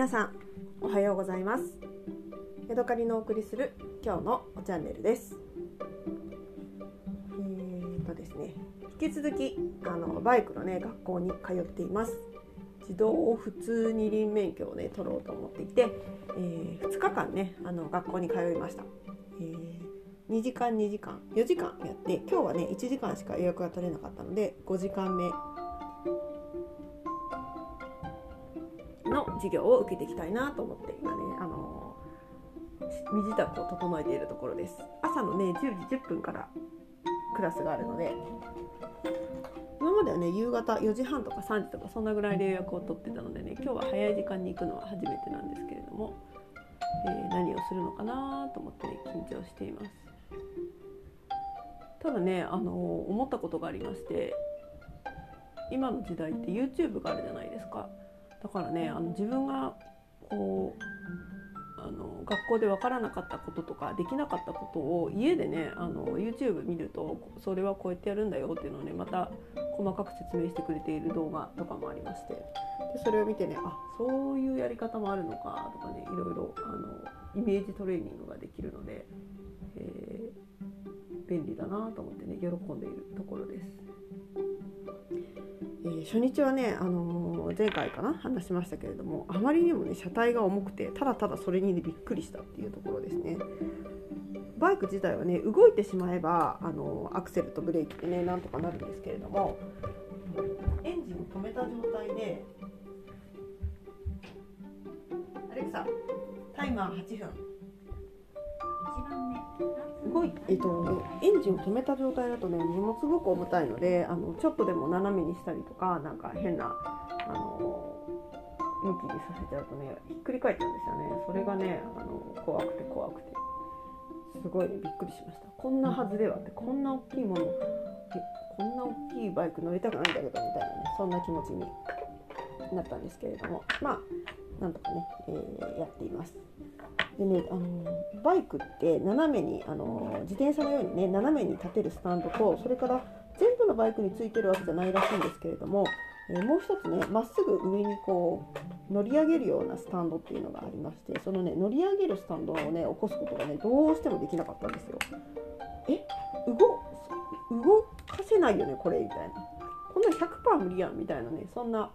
皆さんおはようございます。ヤドカリのお送りする今日のチャンネルです。ですね、引き続きバイクのね学校に通っています。自動普通二輪免許をね取ろうと思っていて、2日間ね学校に通いました。2時間4時間やって、今日はね1時間しか予約が取れなかったので5時間目の授業を受けていきたいなと思って今ね身支度を整えているところです。朝のね10時10分からクラスがあるので、今まではね夕方4時半とか3時とかそんなぐらいで予約を取ってたのでね、今日は早い時間に行くのは初めてなんですけれども、何をするのかなと思ってね緊張しています。ただね思ったことがありまして、今の時代って YouTube があるじゃないですか。だからね自分がこう学校で分からなかったこととかできなかったことを家でねYouTube 見ると、それはこうやってやるんだよっていうのをねまた細かく説明してくれている動画とかもありまして、でそれを見てね、そういうやり方もあるのかとかね、いろいろイメージトレーニングができるので、便利だなと思ってね喜んでいるところです。初日はね、前回かな話しましたけれども、あまりにもね車体が重くてただただそれに、ね、びっくりしたっていうところですね。バイク自体はね動いてしまえばアクセルとブレーキでねなんとかなるんですけれども、エンジンを止めた状態でアレクサタイマー8分エンジンを止めた状態だとねものすごく重たいので、ちょっとでも斜めにしたりとか、なんか変な向きにさせちゃうとねひっくり返っちゃうんですよね。それがね怖くてすごい、ね、びっくりしました。こんなはずではって、こんな大きいもの、こんな大きいバイク乗りたくないんだけどみたいなね、そんな気持ちになったんですけれども、なんとかね、やっています。でね、バイクって斜めに自転車のようにね斜めに立てるスタンドと、それから全部のバイクについてるわけじゃないらしいんですけれども、もう一つねまっすぐ上にこう乗り上げるようなスタンドっていうのがありまして、そのね乗り上げるスタンドをね起こすことがねどうしてもできなかったんですよ。動かせないよねこれみたいな、こんな 100% 無理やんみたいなね、そんな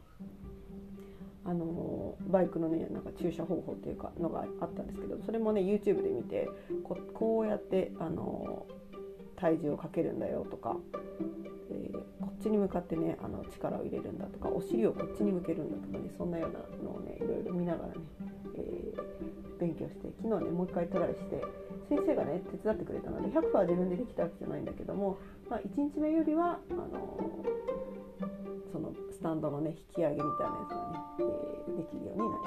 バイクのねなんか駐車方法っていうかのがあったんですけど、それもね YouTube で見てこうやって体重をかけるんだよとか、こっちに向かってね力を入れるんだとか、お尻をこっちに向けるんだとかね、そんなようなのをねいろいろ見ながらね、勉強して、昨日ねもう一回トライして、先生がね手伝ってくれたので 100% 自分でできたわけじゃないんだけども、1日目よりはそのスタンドのね引き上げみたいなやつがね、できるようになりました。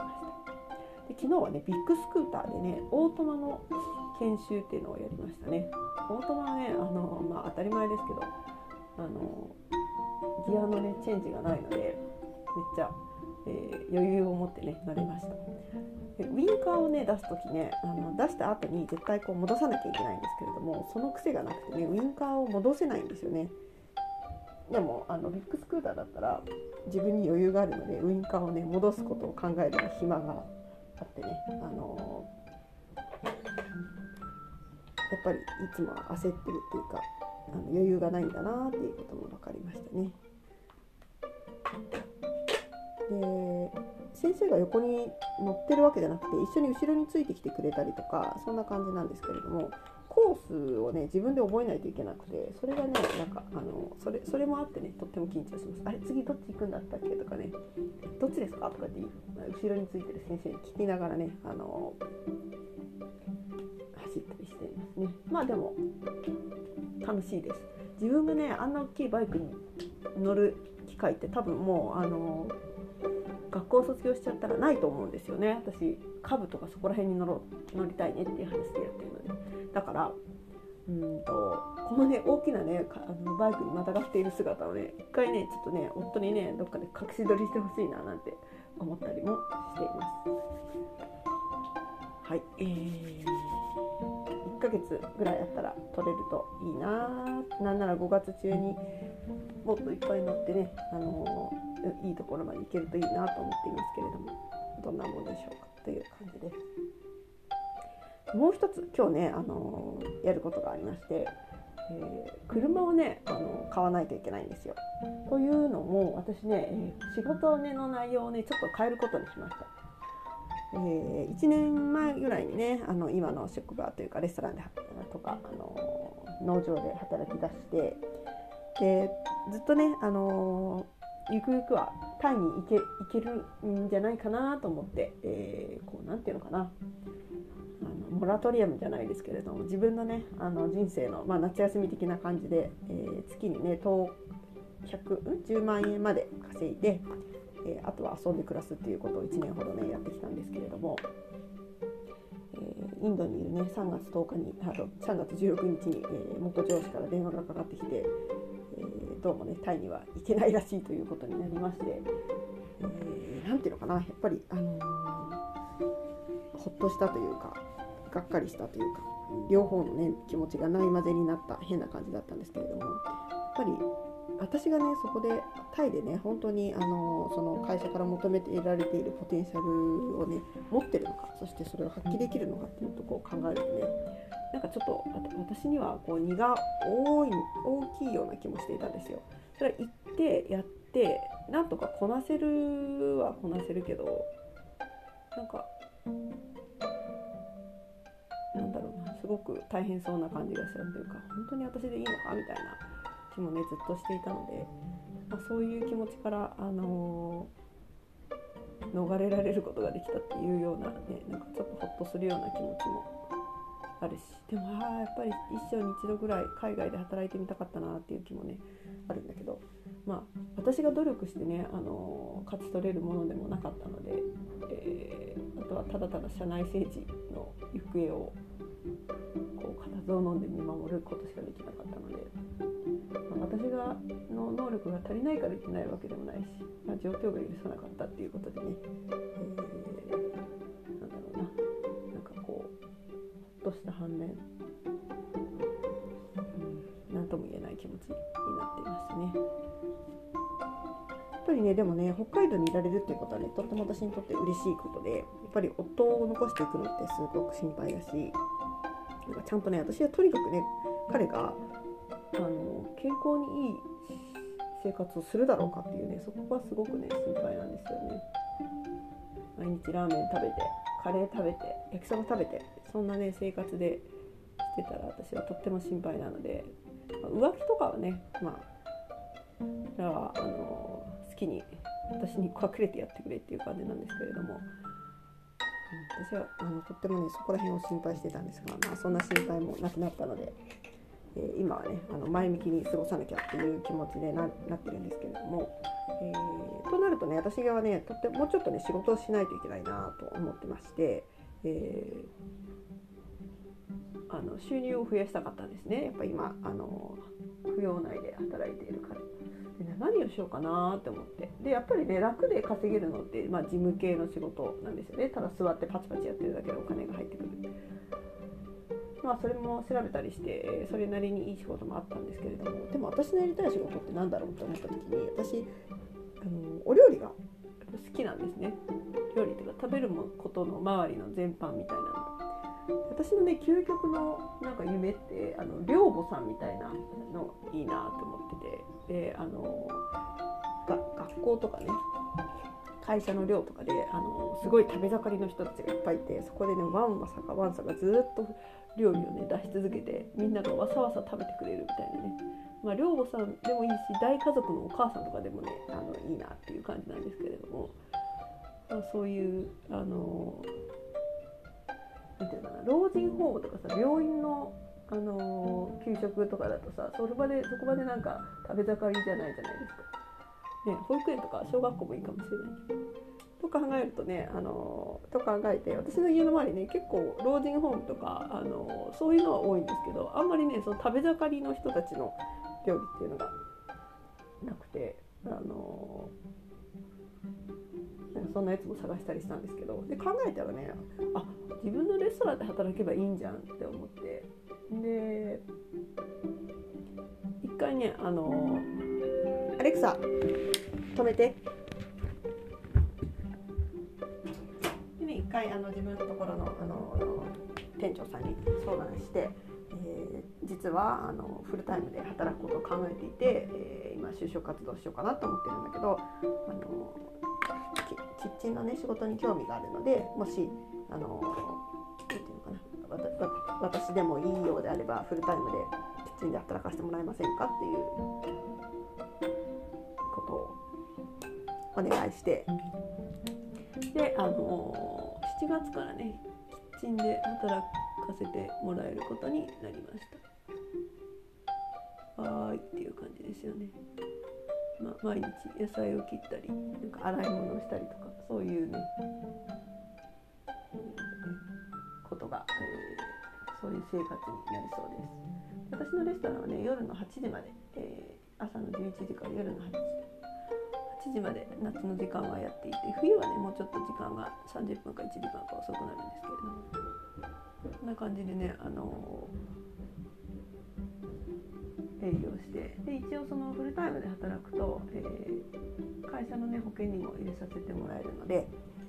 で昨日はねビッグスクーターでねオートマの研修っていうのをやりましたね。オートマはね当たり前ですけどギアのねチェンジがないのでめっちゃ、余裕を持ってね乗れました。でウインカーをね出すときね出した後に絶対こう戻さなきゃいけないんですけれども、その癖がなくてねウインカーを戻せないんですよね。でもビッグスクーターだったら自分に余裕があるので、ウインカーをね戻すことを考える暇があってね、やっぱりいつもは焦ってるっていうか余裕がないんだなっていうことも分かりましたね。で先生が横に乗ってるわけじゃなくて一緒に後ろについてきてくれたりとか、そんな感じなんですけれども、コースをね自分で覚えないといけなくて、それがねなんかそれもあってねとっても緊張します。次どっち行くんだったっけとかね、どっちですかとかって後ろについてる先生に聞きながらね走ったりしていますね。でも楽しいです。自分がねあんな大きいバイクに乗る機会って多分もう学校を卒業しちゃったらないと思うんですよね。私カブとかそこら辺に乗りたいねっていう話でやってるので、だからこのね大きなねバイクにまたがっている姿をね一回ねちょっとね夫にねどっかで隠し撮りしてほしいななんて思ったりもしています。はい、1ヶ月ぐらいあったら撮れるといいな。なんなら5月中にもっといっぱい乗ってねいいところまで行けるといいなと思っていますけれども、 どんなもんでしょうかという感じです。もう一つ今日ね、やることがありまして、車をね買わないといけないんですよ。というのも私ね、仕事の内容をねちょっと変えることにしました。1年前ぐらいにね今の職場というかレストランでとか農場で働き出して、でずっとねゆくゆくはタイに行けるんじゃないかなと思って、こうなんていうのかな、モラトリアムじゃないですけれども、自分のね人生の、夏休み的な感じで、月にね10万円まで稼いで、あとは遊んで暮らすっていうことを1年ほどねやってきたんですけれども、インドにいるね3月10日に3月16日に、元上司から電話がかかってきて、どうもねタイには行けないらしいということになりまして、なんていうのかな、やっぱりほっとしたというかがっかりしたというか、両方のね気持ちがない混ぜになった変な感じだったんですけれども、やっぱり私がねそこでタイでね本当にその会社から求めていられているポテンシャルをね持ってるのか、そしてそれを発揮できるのかっていうところを考えるとね、なんかちょっと私にはこう荷が大きいような気もしていたんですよ。それは行ってやってなんとかこなせるはこなせるけど、なんかなんだろうな、すごく大変そうな感じがしたというか、本当に私でいいのかみたいな気もねずっとしていたので、そういう気持ちから逃れられることができたっていうようなね、なんかちょっとほっとするような気持ちもあるし、でもやっぱり一生に一度ぐらい海外で働いてみたかったなっていう気もねあるんだけど、私が努力してね勝ち取れるものでもなかったので、あとはただただ社内政治の行方をこう固唾を飲んで見守ることしかできなかったので、私の能力が足りないからいけないわけでもないし、状況が許さなかったっていうことでね、なんだろうな、なんかこうほっとした反面、なんとも言えない気持ちになっていましたね。やっぱりね、でもね北海道にいられるっていうことはねとっても私にとって嬉しいことで、やっぱり夫を残していくのってすごく心配だし、なんかちゃんとね私はとにかくね彼が健康にいい生活をするだろうかっていうね、そこがすごくね心配なんですよね。毎日ラーメン食べてカレー食べて焼きそば食べて、そんなね生活でしてたら私はとっても心配なので、浮気とかはねじゃあ好きに私に隠れてやってくれっていう感じなんですけれども、私はとってもねそこら辺を心配してたんですが、そんな心配もなくなったので、今はね前向きに過ごさなきゃっていう気持ちで なってるんですけれども、となるとね私がねもうちょっとね仕事をしないといけないなと思ってまして、収入を増やしたかったんですね。やっぱ今扶養内で働いているからで、ね、何をしようかなって思って、でやっぱりね楽で稼げるのって、事務系の仕事なんですよね。ただ座ってパチパチやってるだけでお金が入ってくる。それも調べたりしてそれなりにいい仕事もあったんですけれども、でも私のやりたい仕事って何だろうと思った時に、私お料理が好きなんですね。料理というか食べることの周りの全般みたいなの。私のね究極のなんか夢って寮母さんみたいなのいいなと思ってて、で学校とかね会社の寮とかですごい食べ盛りの人たちがいっぱいいて、そこでねワンサがずっと料理をね出し続けて、みんながわさわさ食べてくれるみたいなね、寮母さんでもいいし大家族のお母さんとかでもねいいなっていう感じなんですけれども、そういうなんていうかな、老人ホームとかさ病院の給食とかだとさ、そこまでなんか食べ盛りじゃないじゃないですか。ね、保育園とか小学校もいいかもしれないと考えるとね、と考えて、私の家の周りね結構老人ホームとかそういうのは多いんですけど、あんまりねその食べ盛りの人たちの料理っていうのがなくて、そんなやつも探したりしたんですけど、で考えたらね、自分のレストランで働けばいいんじゃんって思って、で一回ねアレクサ止めて、 回自分のところの店長さんに相談して、実はフルタイムで働くことを考えていて、今就職活動しようかなと思ってるんだけど、キッチンのね仕事に興味があるので、もしなんていうのかな、私でもいいようであればフルタイムでキッチンで働かせてもらえませんかっていうことをお願いして、で7月からねキッチンで働かせてもらえることになりました。はーいっていう感じですよね。毎日野菜を切ったり、なんか洗い物をしたりとか、そういうね、ことが、そういう生活になりそうです。私のレストランはね、夜の8時まで、朝の11時から夜の8時まで夏の時間はやっていて、冬はねもうちょっと時間が30分か1時間か遅くなるんですけれども、こんな感じでね営業して、で一応そのフルタイムで働くと、会社のね保険にも入れさせてもらえるので、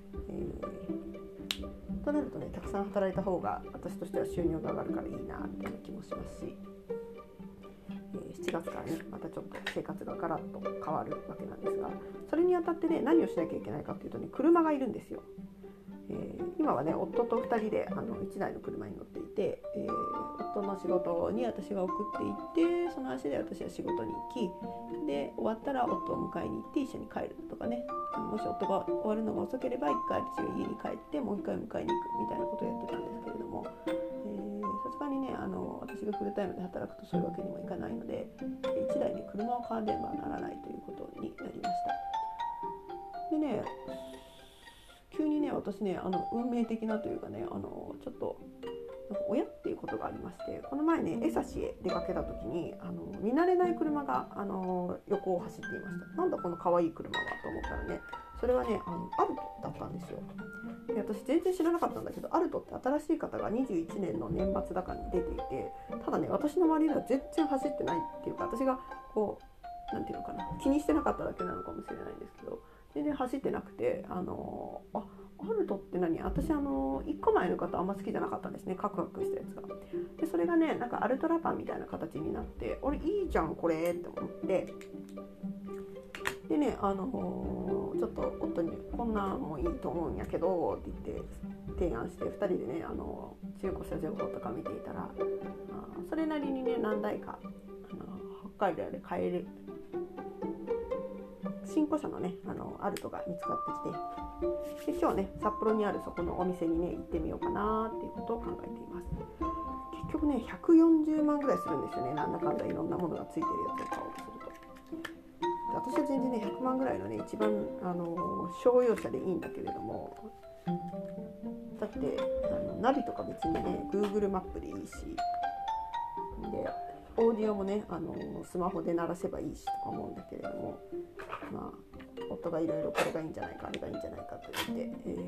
となるとねたくさん働いた方が私としては収入が上がるからいいなっていう気もしますし、7月からねまたちょっと生活がガラッと変わるわけなんですが、それにあたってね何をしなきゃいけないかっていうとね、車がいるんですよ。今はね夫と2人で1台の車に乗っていて、夫の仕事に私が送っていって、その足で私は仕事に行き、で終わったら夫を迎えに行って一緒に帰るとかね、もし夫が終わるのが遅ければ1回私が家に帰ってもう1回迎えに行くみたいなことをやってたんですけれども、さすがにね私がフルタイムで働くとそういうわけにもいかないので、1台ね車を買わねばならないということになりました。でね急にね私ね運命的なというかねちょっとなんか親っていうことがありまして、この前ね江差へ出かけた時に見慣れない車が横を走っていました。なんだこの可愛い車はと思ったらね、それはねアルトだったんですよ。で私全然知らなかったんだけど、アルトって新しい方が21年の年末だかに出ていて、ただね私の周りでは全然走ってないっていうか、私がこうなんていうのかな、気にしてなかっただけなのかもしれないんですけど、全然走ってなくて、アルトって何、私1個前の方あんま好きじゃなかったんですね、カクカクしたやつが。でそれがねなんかアルトラパンみたいな形になって、あれいいじゃんこれって思って、でねちょっと夫にこんなんもいいと思うんやけどって言って提案して、2人でね中古車情報とか見ていたら、それなりにね何台か北海道で買える新古車のねアルトが見つかってきて、で今日ね札幌にあるそこのお店にね行ってみようかなっていうことを考えています。結局ね140万ぐらいするんですよね、なんだかんだいろんなものがついてるやつを買おうとすると。私は全然ね100万ぐらいのね一番商用車でいいんだけれども、だってナビとか別にね Google マップでいいし、でオーディオもねスマホで鳴らせばいいしとか思うんだけれども、夫がいろいろこれがいいんじゃないかあれがいいんじゃないかと言って、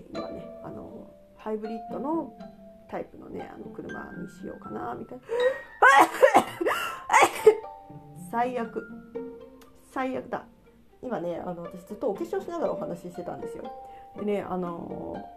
今ねハイブリッドのタイプのね車にしようかなみたいな最悪だ。今ね私ずっとお化粧しながらお話ししてたんですよ。でねなんだっ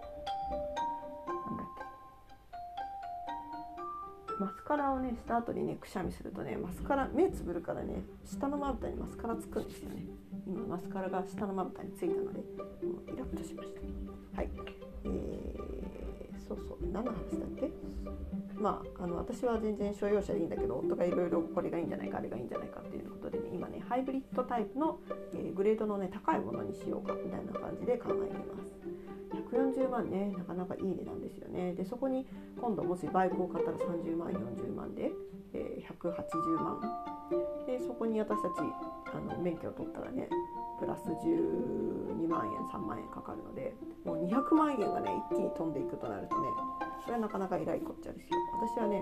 け、マスカラをねした後にねくしゃみするとねマスカラ目つぶるからね下のまぶたにマスカラつくんですよね。今マスカラが下のまぶたについたのでもうイラッとしました。はい、そう何の話だっけ。私は全然商用車でいいんだけど、夫がいろいろこれがいいんじゃないかあれがいいんじゃないかっていうことでね、今ねハイブリッドタイプの、グレードのね高いものにしようかみたいな感じで考えています。140万ねなかなかいい値段ですよね。でそこに今度もしバイクを買ったら30万40万で、180万で、そこに私たち免許を取ったらねプラス12万円3万円かかるので、もう200万円がね一気に飛んでいくとなるとね、それはなかなかえらいこっちゃですよ。私はね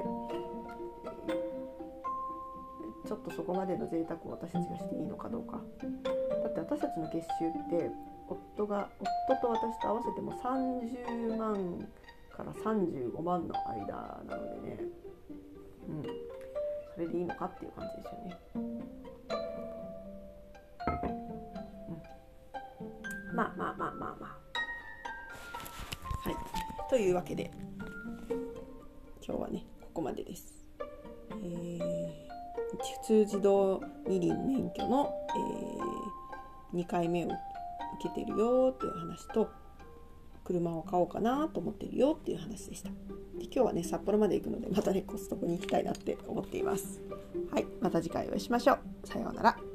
ちょっとそこまでの贅沢を私たちがしていいのかどうか。だって私たちの月収って夫と私と合わせても30万から35万の間なのでね、それでいいのかっていう感じですよね。まあはい、 というわけで今日はねここまでです。普通自動二輪免許の、2回目を受けてるよっていう話と、車を買おうかなと思ってるよっていう話でした。で今日はね札幌まで行くのでまたねコストコに行きたいなって思っています。はい、また次回お会いしましょう。さようなら。